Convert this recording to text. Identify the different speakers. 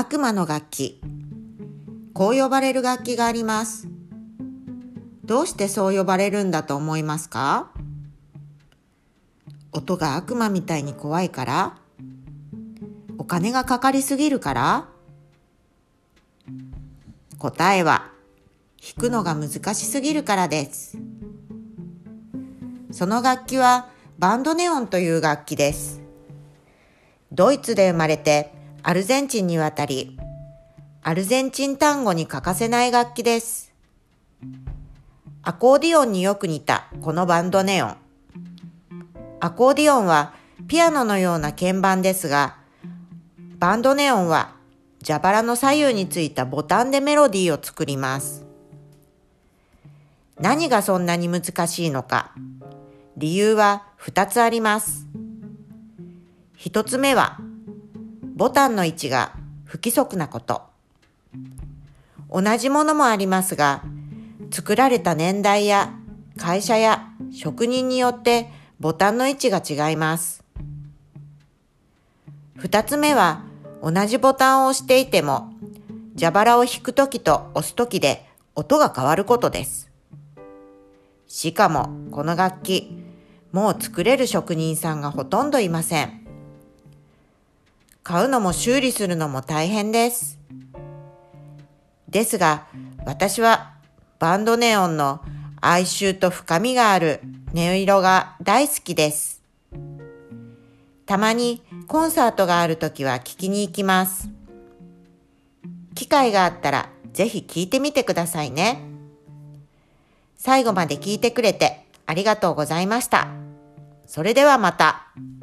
Speaker 1: 悪魔の楽器。こう呼ばれる楽器があります。どうしてそう呼ばれるんだと思いますか？音が悪魔みたいに怖いから？お金がかかりすぎるから？答えは、弾くのが難しすぎるからです。その楽器はバンドネオンという楽器です。ドイツで生まれてアルゼンチンに渡り、アルゼンチン単語に欠かせない楽器です。アコーディオンによく似たこのバンドネオン。アコーディオンはピアノのような鍵盤ですが、バンドネオンは蛇腹の左右についたボタンでメロディーを作ります。何がそんなに難しいのか。理由は2つあります。1つ目は、ボタンの位置が不規則なこと。同じものもありますが、作られた年代や会社や職人によってボタンの位置が違います。2つ目は、同じボタンを押していても、蛇腹を弾くときと押すときで音が変わることです。しかも、この楽器、もう作れる職人さんがほとんどいません。買うのも修理するのも大変です。ですが、私はバンドネオンの哀愁と深みがある音色が大好きです。たまにコンサートがあるときは聴きに行きます。機会があったらぜひ聴いてみてくださいね。最後まで聞いてくれてありがとうございました。それではまた。